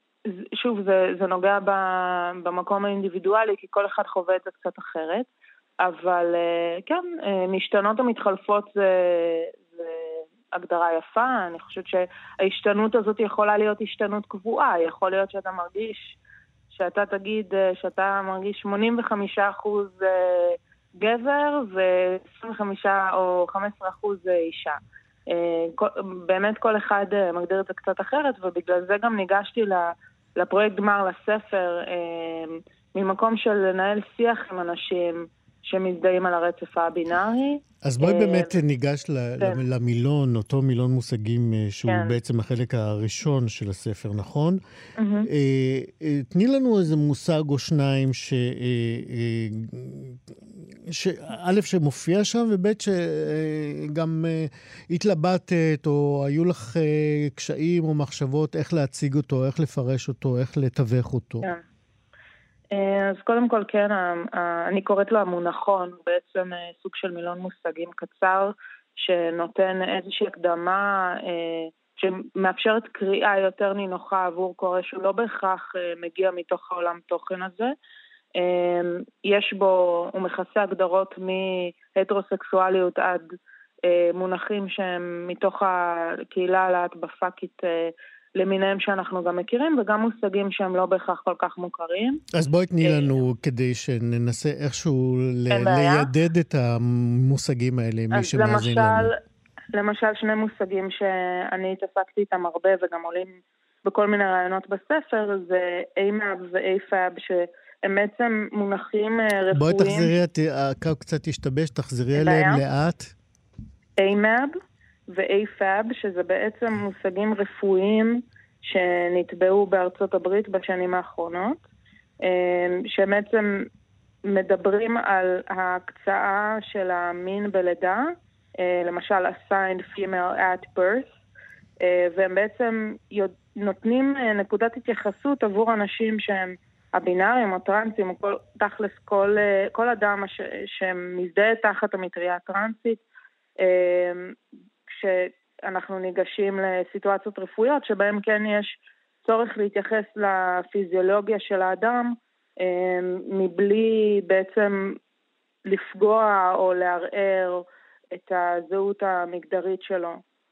שוב, זה נוגע במקום האינדיבידואלי, כי כל אחד חווה את זה קצת אחרת, אבל כן, משתנות המתחלפות זה הגדרה יפה. אני חושבת שההשתנות הזאת יכולה להיות השתנות קבועה. יכול להיות שאתה מרגיש, שאתה תגיד שאתה מרגיש 85% גבר ו-25 או 15% אישה. באמת כל אחד מגדיר את זה קצת אחרת, ובגלל זה גם ניגשתי לפרויקט גמר לספר, ממקום של לנהל שיח עם אנשים שמזדהים על הרצף הבינארי. אז בואי באמת ניגש למילון, אותו מילון מושגים שהוא בעצם החלק הראשון של הספר, נכון? תני לנו איזה מושג או שניים א' שמופיע שם, וב' שגם התלבטת, או היו לך קשיים או מחשבות איך להציג אותו, איך לפרש אותו, איך לתווך אותו. כן. אז קודם כל, כן, אני קוראת לו המונחון, בעצם סוג של מילון מושגים קצר, שנותן איזושהי הקדמה, שמאפשרת קריאה יותר נינוחה עבור קורא, שהוא לא בהכרח מגיע מתוך העולם תוכן הזה. יש בו, הוא מכסה הגדרות מהטרוסקסואליות עד מונחים שהם מתוך הקהילה הלהט"בפאקית למיניהם שאנחנו גם מכירים, וגם מושגים שהם לא בהכרח כל כך מוכרים. אז בואי תני לנו כדי שננסה איכשהו לידד את המושגים האלה, מי שמאזין לנו. למשל, שני מושגים שאני התעסקתי איתם הרבה וגם עולים בכל מיני רעיונות בספר, זה AMAB ו-AFAB, שהם בעצם מונחים רפואיים. בואי תחזרי, הקו קצת השתבש, תחזרי אליהם לאט. AMAB ו-AFAB, שזה בעצם מושגים רפואיים שנטבעו בארצות הברית בשנים האחרונות, שבעצם מדברים על ההקצאה של המין בלידה, למשל assigned female at birth, והם בעצם נותנים נקודת התייחסות עבור אנשים שהם הבינאריים או טרנסים, או תכלס כל אדם שמזדהה תחת המטריה הטרנסית, כשאנחנו ניגשים לסיטואציות רפואיות שבהם כן יש צורך להתייחס לפיזיולוגיה של האדם, מבלי בעצם לפגוע או לערער את הזהות המגדרית שלו.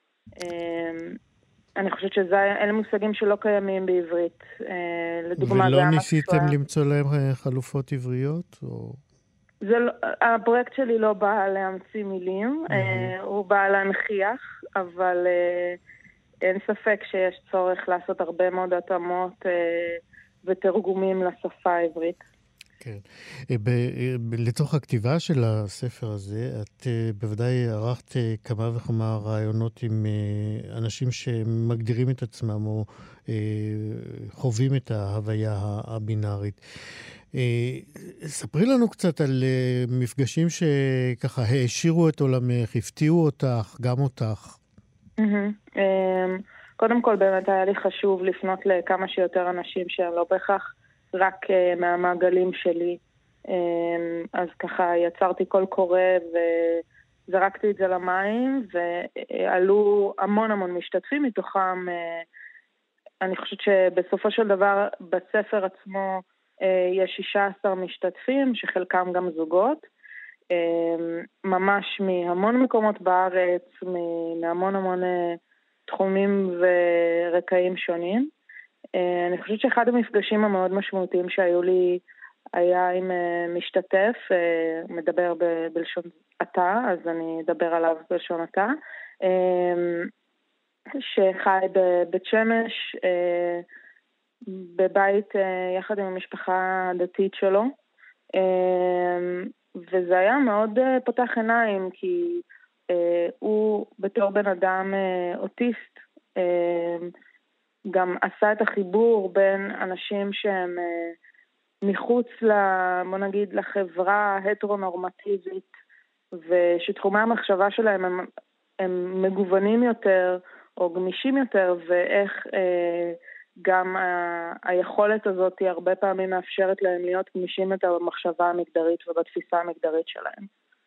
אני חושבת שאלה מושגים שלא קיימים בעברית. לדוגמה, ולא ניסיתם למצוא להם חלופות עבריות? או... הפרויקט שלי לא בא להמציא מילים, הוא בא להנכיח, אבל אין ספק שיש צורך לעשות הרבה מאוד התאמות ותרגומים לשפה העברית. כן. לתוך הכתיבה של הספר הזה, את בוודאי ערכת כמה וכמה רעיונות עם אנשים שמגדירים את עצמם או חווים את ההוויה הבינארית. ספרי לנו קצת על מפגשים שככה העשירו את עולמך, הפתיעו אותך, גם אותך. קודם כל באמת היה לי חשוב לפנות לכמה שיותר אנשים שהם לא בהכרח רק מהמעגלים שלי. אז ככה יצרתי קול קורא וזרקתי את זה למים, ועלו המון משתתפים, מתוכם אני חושבת שבסופו של דבר בספר עצמו יש 16 משתתפים, שחלקם גם זוגות, ממש מהמון מקומות בארץ, מהמון תחומים ורקעים שונים. אני חושבת שאחד המפגשים המאוד משמעותיים שהיו לי היה עם משתתף, מדבר בלשון אתה, אז אני אדבר עליו בלשון אתה, שחי בבית שמש, בבית יחד עם המשפחה הדתית שלו, וזה היה מאוד פותח עיניים, כי הוא בתור בן אדם אוטיסט, גם עשה את החיבור בין אנשים שהם מחוץ בוא נגיד, לחברה הטרונורמטיבית, ושתחומי המחשבה שלהם הם מגוונים יותר, או גמישים יותר, ואיך גם היכולת הזאת היא הרבה פעמים מאפשרת להם להיות גמישים יותר במחשבה המגדרית ובתפיסה המגדרית שלהם.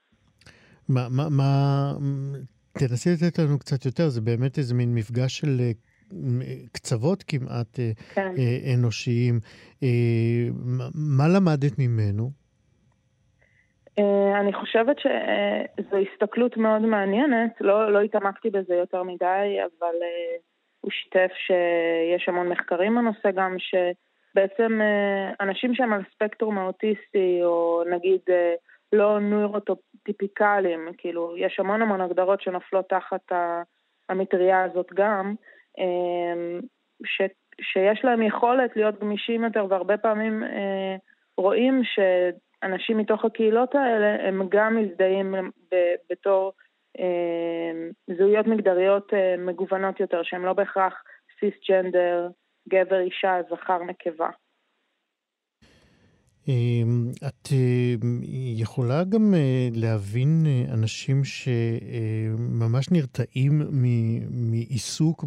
תנסי לתת לנו קצת יותר, זה באמת איזה מין מפגש של קצוות כמעט אנושיים. מה למדת ממנו? אני חושבת שזו הסתכלות מאוד מעניינת, לא התעמקתי בזה יותר מדי, אבל הוא שיתף שיש המון מחקרים בנושא גם, שבעצם אנשים שהם על ספקטרום האוטיסטי, או נגיד לא נוירוטיפיקליים, כאילו יש המון הגדרות שנופלות תחת המטריה הזאת גם, שיש להם יכולת להיות גמישים יותר, והרבה פעמים רואים שאנשים מתוך הקהילות האלה הם גם מזדהים בתור זהויות מגדריות מגוונות יותר, שהם לא בהכרח סיסג'נדר, גבר, אישה, זכר, נקבה. את יכולה גם להבין אנשים שממש נרתעים מעיסוק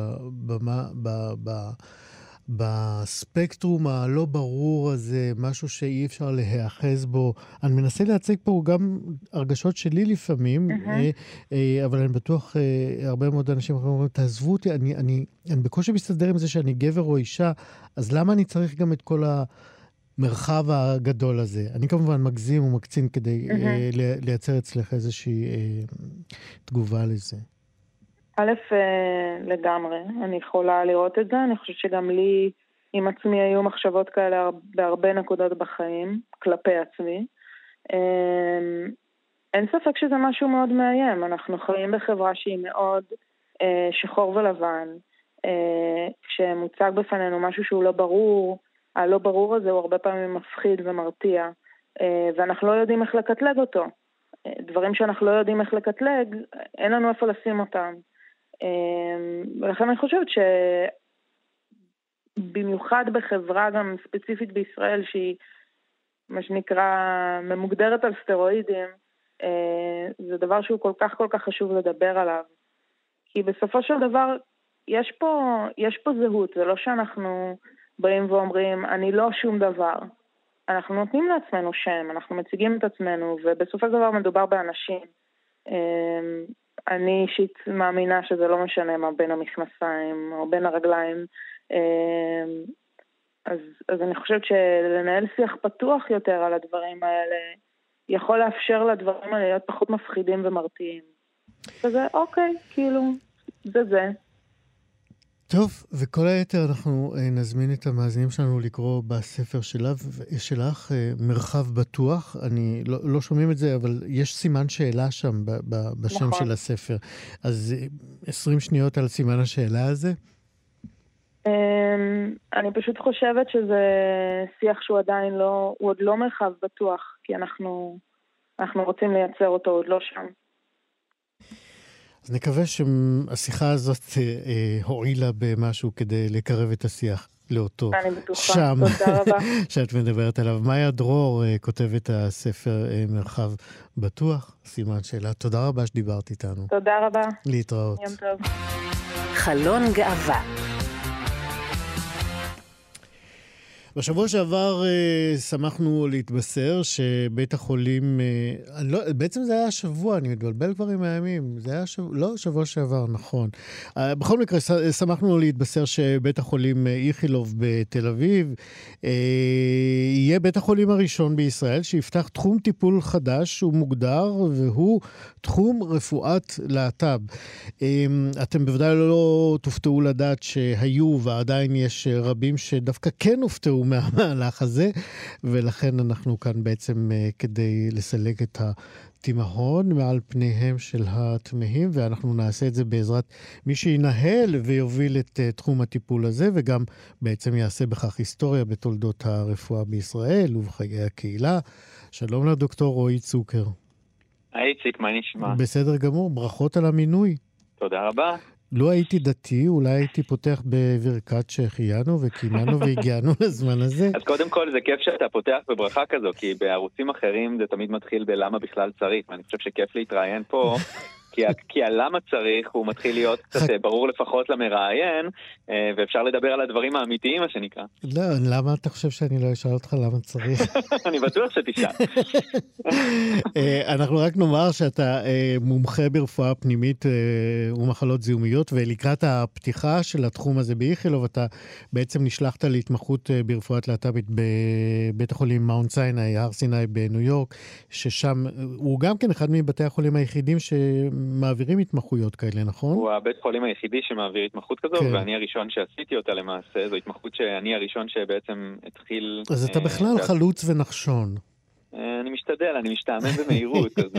בספקטרום הלא ברור הזה, משהו שאי אפשר להיאחז בו. אני מנסה להציג פה גם הרגשות שלי לפעמים, אבל אני בטוח הרבה מאוד אנשים אומרים, תעזבו אותי, אני בקושי מסתדר עם זה שאני גבר או אישה, אז למה אני צריך גם את כל המרחב הגדול הזה? אני כמובן מגזים ומקצין כדי לייצר אצלך איזושהי תגובה לזה. א', לגמרי, אני יכולה לראות את זה, אני חושבת שגם לי עם עצמי היו מחשבות כאלה בהרבה נקודות בחיים, כלפי עצמי. אין ספק שזה משהו מאוד מאיים, אנחנו חיים בחברה שהיא מאוד שחור ולבן, כשמוצג בפנינו משהו שהוא לא ברור, הלא ברור הזה הוא הרבה פעמים מפחיד ומרתיע, ואנחנו לא יודעים איך לקטלג אותו. דברים שאנחנו לא יודעים איך לקטלג, אין לנו איפה לשים אותם. ולכן אני חושבת שבמיוחד בחברה גם ספציפית בישראל שהיא מה שנקרא ממוגדרת על סטרואידים, זה דבר שהוא כל כך חשוב לדבר עליו, כי בסופו של דבר יש פה זהות, זה לא שאנחנו באים ואומרים אני לא שום דבר, אנחנו נותנים לעצמנו שם, אנחנו מציגים את עצמנו, ובסופו של דבר מדובר באנשים. אני אישית מאמינה שזה לא משנה מה בין המכנסיים או בין הרגליים, אז אני חושבת שלנהל שיח פתוח יותר על הדברים האלה, יכול לאפשר לדברים האלה להיות פחות מפחידים ומרתיעים. וזה אוקיי, כאילו, זה. טוב, וכל היתר אנחנו נזמין את המאזינים שלנו לקרוא בספר שלך, מרחב בטוח. אני לא שומעים את זה, אבל יש סימן שאלה שם בשם נכון. של הספר. אז 20 שניות על סימן השאלה הזה? אני פשוט חושבת שזה שיח שהוא עדיין לא, הוא עוד לא מרחב בטוח, כי אנחנו רוצים לייצר אותו, עוד לא שם. אז נקווה שהשיחה הזאת הועילה במשהו כדי לקרב את השיח לאותו שם שאת מדברת עליו. מאיה דרור כותבת הספר מרחב בטוח, סימן שאלה. תודה רבה שדיברת איתנו. תודה רבה. להתראות. יום טוב. חלון גאווה. בשבוע שעבר שמחנו להתבשר שבית החולים, בעצם זה היה השבוע, אני מתבלבל כבר עם הימים, זה היה שבוע שעבר, נכון. בכל מקרה, שמחנו להתבשר שבית החולים איכילוב בתל אביב, יהיה בית החולים הראשון בישראל שיפתח תחום טיפול חדש ומוגדר, והוא תחום רפואת להט"ב. אתם בוודאי לא תופתעו לדעת שהיו ועדיין יש רבים שדווקא כן הופתעו מהמהלך הזה, ולכן אנחנו כאן בעצם כדי לסלק את התימהון מעל פניהם של התמהים, ואנחנו נעשה את זה בעזרת מי שינהל ויוביל את תחום הטיפול הזה, וגם בעצם יעשה בכך היסטוריה בתולדות הרפואה בישראל ובחיי הקהילה. שלום לדוקטור רועי צוקר. היי ציק, מה נשמע? בסדר גמור, ברכות על המינוי. תודה רבה. לא הייתי דתי, אולי הייתי פותח בברכת שהחיינו וקיימנו והגיענו לזמן הזה. אז קודם כל זה כיף שאתה פותח בברכה כזו, כי בערוצים אחרים זה תמיד מתחיל בלמה בכלל צריך, ואני חושב שכיף להתראיין פה כי הלמה צריך הוא מתחיל להיות קצת ברור לפחות למראיין, ואפשר לדבר על הדברים האמיתיים, מה שנקרא. לא, למה אתה חושב שאני לא אשאל אותך למה צריך? אני בטוח שתשאל. אנחנו רק נאמר שאתה מומחה ברפואה פנימית ומחלות זיהומיות, ולקראת הפתיחה של התחום הזה באיכילוב, אתה בעצם נשלחת להתמחות ברפואת להט"בית בבית החולים מאונט סיני, הר סיני בניו יורק, ששם הוא גם כן אחד מבתי החולים היחידים שמעבירים התמחויות כאלה, נכון? הוא הבית חולים היחידי שמעביר התמחות כזו, כן. ואני הראשון שעשיתי אותה למעשה, זו התמחות שאני הראשון שבעצם התחיל... אז אתה בכלל חלוץ ונחשון. אני משתדל, אני משתעמם במהירות, אז...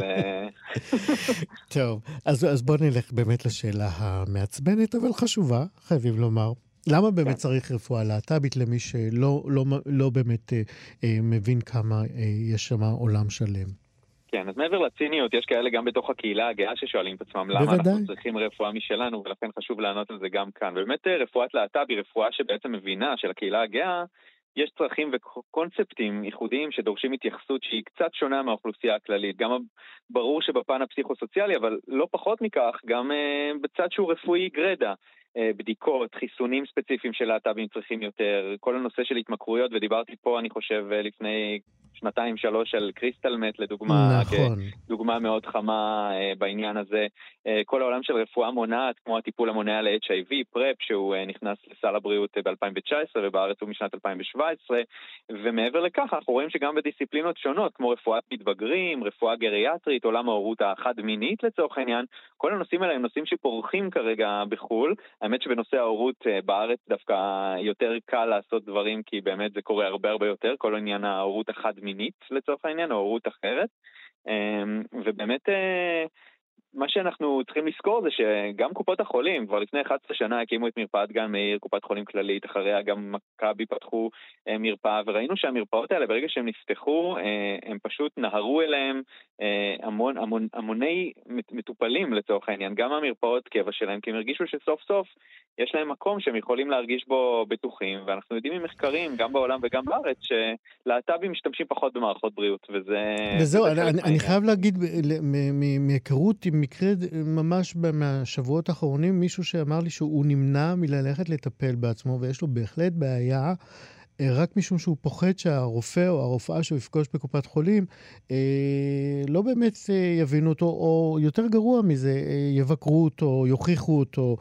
טוב, אז בוא נלך באמת לשאלה המעצבנת, אבל חשובה, חייבים לומר. למה באמת צריך רפואה להט"בית למי שלא באמת מבין כמה יש שם עולם שלם? כן, אז מעבר לציניות, יש כאלה גם בתוך הקהילה הגאה ששואלים את עצמם למה אנחנו צריכים רפואה משלנו, ולכן חשוב לענות על זה גם כאן. ובאמת רפואת להט"ב היא רפואה שבעצם מבינה של הקהילה הגאה, יש צרכים וקונספטים ייחודיים שדורשים התייחסות שהיא קצת שונה מהאוכלוסייה הכללית. גם ברור שבפן הפסיכוסוציאלי, אבל לא פחות מכך, גם בצד שהוא רפואי גרדה. בדיקות, חיסונים ספציפיים של להט"בים צריכים יותר, כל הנושא של התמכרויות, ודיברתי פה אני חושב לפני 2-3 על קריסטל מט לדוגמה, נכון. דוגמה מאוד חמה בעניין הזה, כל העולם של רפואה מונעת, כמו הטיפול המונע ל-HIV, פרפ, שהוא נכנס לסל הבריאות ב-2019 ובארץ הוא משנת 2017, ומעבר לכך אנחנו רואים שגם בדיסציפלינות שונות, כמו רפואת מתבגרים, רפואה גריאטרית, עולם ההורות החד-מינית לצורך העניין, כל הנושאים האלה הם נושאים שפורחים כרגע בחול. האמת שבנושא ההורות בארץ דווקא יותר קל לעשות דברים, כי באמת זה קורה הרבה יותר, כל עניין ההורות החד-מינית לצורך העניין, או ההורות אחרת. ובאמת מה שאנחנו צריכים לזכור זה שגם קופות החולים, כבר לפני 11 שנה הקימו את מרפאת גן מאיר, קופת חולים כללית, אחריה גם מכבי פתחו מרפאה, וראינו שהמרפאות האלה ברגע שהם נפתחו, הם פשוט נהרו אליהם המוני מטופלים לצורך העניין, גם המרפאות קבע שלהם, כי הם הרגישו שסוף סוף יש להם מקום שהם יכולים להרגיש בו בטוחים, ואנחנו יודעים ממחקרים, גם בעולם וגם בארץ, שלהט"בים משתמשים פחות במערכות בריאות, וזהו, אני חייב להגיד, מהיכרות עם מקרה ממש מהשבועות האחרונים, מישהו שאמר לי שהוא נמנע מללכת לטפל בעצמו, ויש לו בהחלט בעיה, רק משום שהוא פוחד שהרופא או הרופאה שהוא יפגוש בקופת חולים לא באמת יבינו אותו, או יותר גרוע מזה, יבקרו אותו, יוכיחו אותו,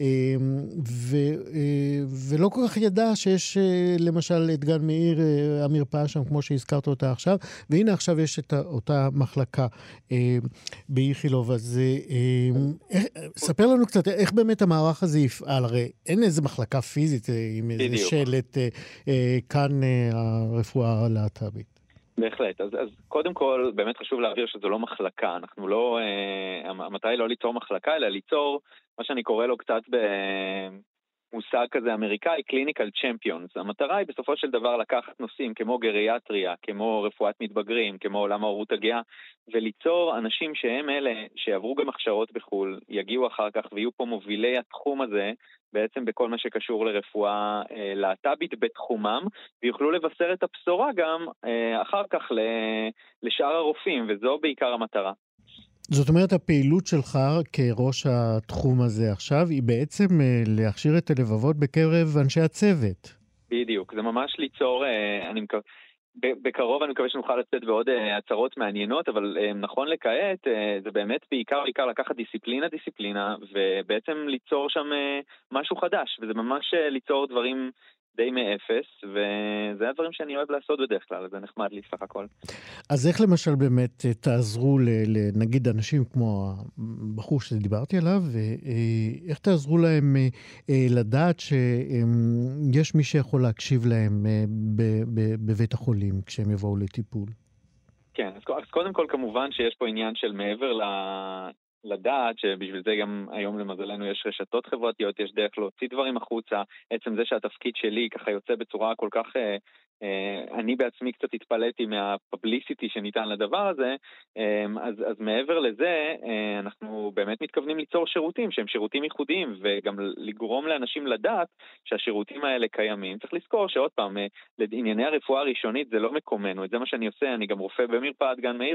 ולא כל כך ידע שיש למשל את גן מאיר, המרפאה שם, כמו שהזכרת אותה עכשיו, והנה עכשיו יש את אותה מחלקה באיכילוב. אז ספר לנו קצת איך באמת המערך הזה יפעל, הרי אין איזה מחלקה פיזית עם איזה שלט כאן הרפואה הלהט"בית. בהחלט. אז קודם כל, באמת חשוב להעביר שזו לא מחלקה. אנחנו לא, המטרה היא לא ליצור מחלקה, אלא ליצור מה שאני קורא לו קצת במושג כזה אמריקאי, clinical champions. המטרה היא בסופו של דבר לקחת נושאים כמו גריאטריה, כמו רפואת מתבגרים, כמו עולם ההורות הגאה, וליצור אנשים שהם אלה שיעברו גם הכשרות בחול, יגיעו אחר כך ויהיו פה מובילי התחום הזה, בעצם בכל מה שקשור לרפואה להט"בית בתחומם, ויוכלו לבשר את הבשורה גם אחר כך לשאר הרופאים, וזו בעיקר המטרה. זאת אומרת, הפעילות שלך כראש התחום הזה עכשיו, היא בעצם להכשיר את הלבבות בקרב אנשי הצוות. בדיוק, זה ממש ליצור, בקרוב אני מקווה שנוכל לצאת בעוד הצהרות מעניינות, אבל נכון לכעת, זה באמת בעיקר לקחת דיסציפלינה, ובעצם ליצור שם משהו חדש, וזה ממש ליצור דברים די מאפס, וזה הדברים שאני אוהב לעשות בדרך כלל, זה נחמד לי סך הכל. אז איך למשל באמת תעזרו נגיד אנשים כמו הבחור שדיברתי עליו, איך תעזרו להם לדעת שיש מי שיכול להקשיב להם בבית החולים כשהם יבואו לטיפול? כן, אז קודם כל כמובן שיש פה עניין של מעבר לדעת שבשביל זה גם היום למזלנו יש רשתות חברתיות, יש דרך להוציא דברים החוצה, עצם זה שהתפקיד שלי ככה יוצא בצורה כל כך אני בעצמי קצת התפלאתי מהפבליסיטי שניתן לדבר הזה, אז מעבר לזה, אנחנו באמת מתכוונים ליצור שירותים שהם שירותים ייחודיים, וגם לגרום לאנשים לדעת שהשירותים האלה קיימים. צריך לזכור שעוד פעם, לענייני הרפואה הראשונית זה לא מקומנו, זה מה שאני עושה, אני גם רופא במרפאת גן מאיר,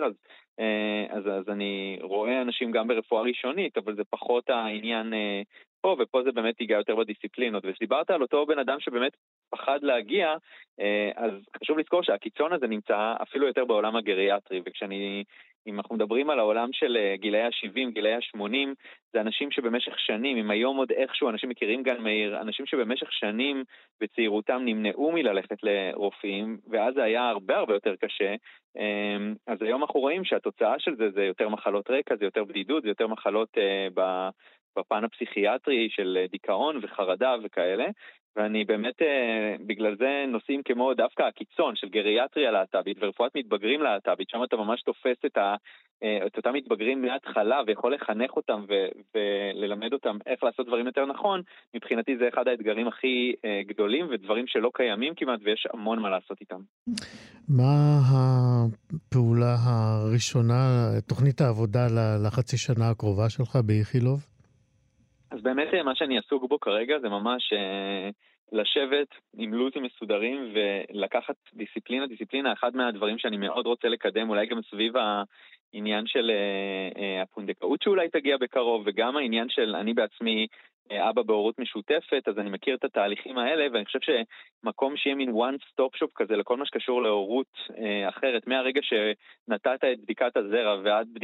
אז אני רואה אנשים גם ברפואה ראשונית, אבל זה פחות העניין פה, ופה זה באמת ייגע יותר בדיסציפלינות. ושדיברת על אותו בן אדם שבאמת פחד להגיע, אז חשוב לזכור שהקיצון הזה נמצא אפילו יותר בעולם הגריאטרי, אם אנחנו מדברים על העולם של גילאי ה-70, גילאי ה-80, זה אנשים שבמשך שנים, אם היום עוד איכשהו אנשים מכירים גן מאיר, אנשים שבמשך שנים בצעירותם נמנעו מללכת לרופאים, ואז זה היה הרבה הרבה יותר קשה, אז היום אנחנו רואים שהתוצאה של זה יותר מחלות רקע, זה יותר בדידות, זה יותר מחלות בפן הפסיכיאטרי של דיכאון וחרדה וכאלה, ואני באמת, בגלל זה נושאים כמו דווקא הקיצון של גריאטריה להט"בית ורפואת מתבגרים להט"בית, שם אתה ממש תופס את אותם מתבגרים מההתחלה ויכול לחנך אותם וללמד אותם איך לעשות דברים יותר נכון, מבחינתי זה אחד האתגרים הכי גדולים ודברים שלא קיימים כמעט ויש המון מה לעשות איתם. מה הפעולה הראשונה, תוכנית העבודה לחצי שנה הקרובה שלך באיכילוב? אז באמת מה שאני עסוק בו כרגע זה ממש לשבת עם לוזים מסודרים ולקחת דיסציפלינה. אחד מהדברים שאני מאוד רוצה לקדם, אולי גם סביב העניין של הפונדקאות שאולי תגיע בקרוב, וגם העניין של אני בעצמי אבא בהורות משותפת, אז אני מכיר את התהליכים האלה, ואני חושב שמקום שיהיה מין one stop shop כזה לכל מה שקשור להורות אחרת, מהרגע שנתת את בדיקת הזרע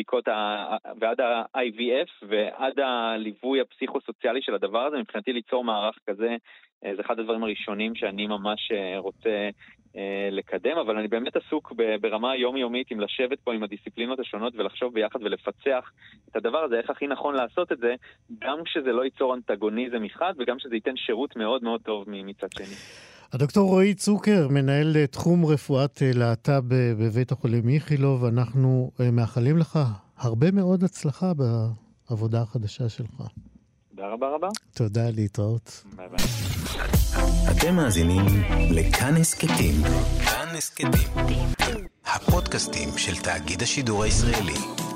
ועד ה-IVF ועד הליווי הפסיכוסוציאלי של הדבר הזה, מבחינתי ליצור מערך כזה, זה אחד הדברים הראשונים שאני ממש רוצה לקדם, אבל אני באמת עסוק ברמה יומיומית עם לשבת פה עם הדיסציפלינות השונות ולחשוב ביחד ולפצח את הדבר הזה, איך הכי נכון לעשות את זה, גם כשזה לא ייצור אנטגוניזם אחד וגם שזה ייתן שירות מאוד מאוד טוב מצד שני. הדוקטור רועי צוקר, מנהל תחום רפואת להט"ב בבית החולים איכילוב, אנחנו מאחלים לך הרבה מאוד הצלחה בעבודה החדשה שלך. תודה רבה. תודה, להתראות. ביי ביי. אתם מאזינים לכאן הסכתים. כאן הסכתים. הפודקאסטים של תאגיד השידור הישראלי.